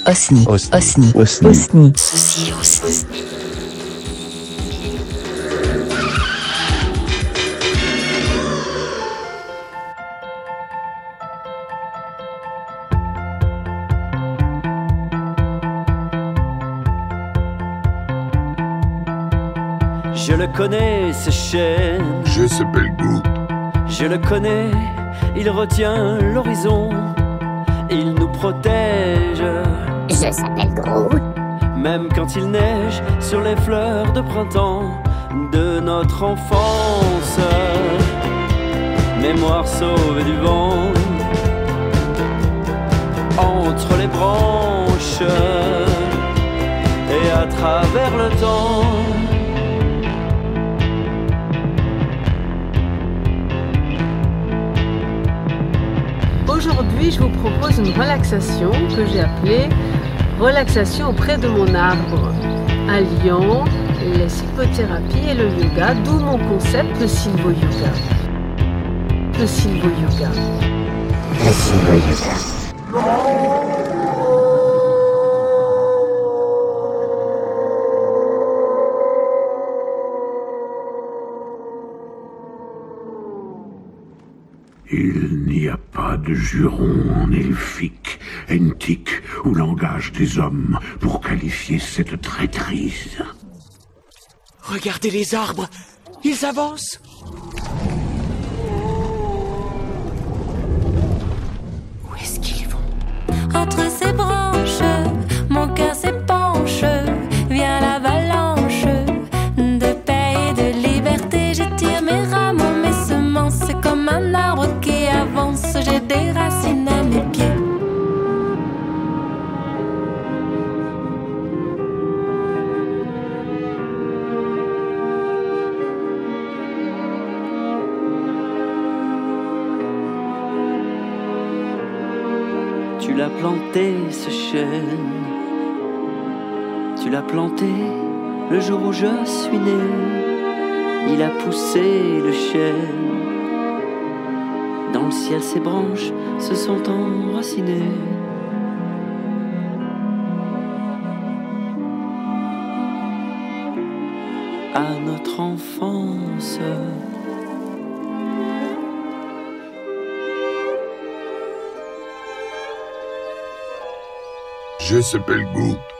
Osni. Osni. Osni. Osni. Ceci Osni. Je le connais, ce chêne. Je s'appelle Groot. Je le connais, il retient l'horizon. Il nous protège. Je s'appelle Groot. Même quand il neige sur les fleurs de printemps de notre enfance. Mémoire sauvée du vent. Entre les branches et à travers le temps. Aujourd'hui, je vous propose une relaxation que j'ai appelée relaxation auprès de mon arbre, alliant les psychothérapies et le yoga, d'où mon concept de Silvo Yoga. Le Silvo Yoga. Le Silvo Yoga. Il n'y a pas de juron en elfique, entique ou langage des hommes pour qualifier cette traîtrise. Regardez les arbres, ils avancent. Où est-ce qu'ils vont? Entre ces branches, mon cœur s'épanche. Vient l'avalanche de paix et de liberté. J'étire mes rameaux, mes semences. C'est comme un arbre qui avance. J'ai des racines à mes pieds. Tu l'as planté, ce chêne. Tu l'as planté le jour où je suis né. Il a poussé le chêne. Dans le ciel, ses branches se sont enracinées. À notre enfance. Je s'appelle Groot.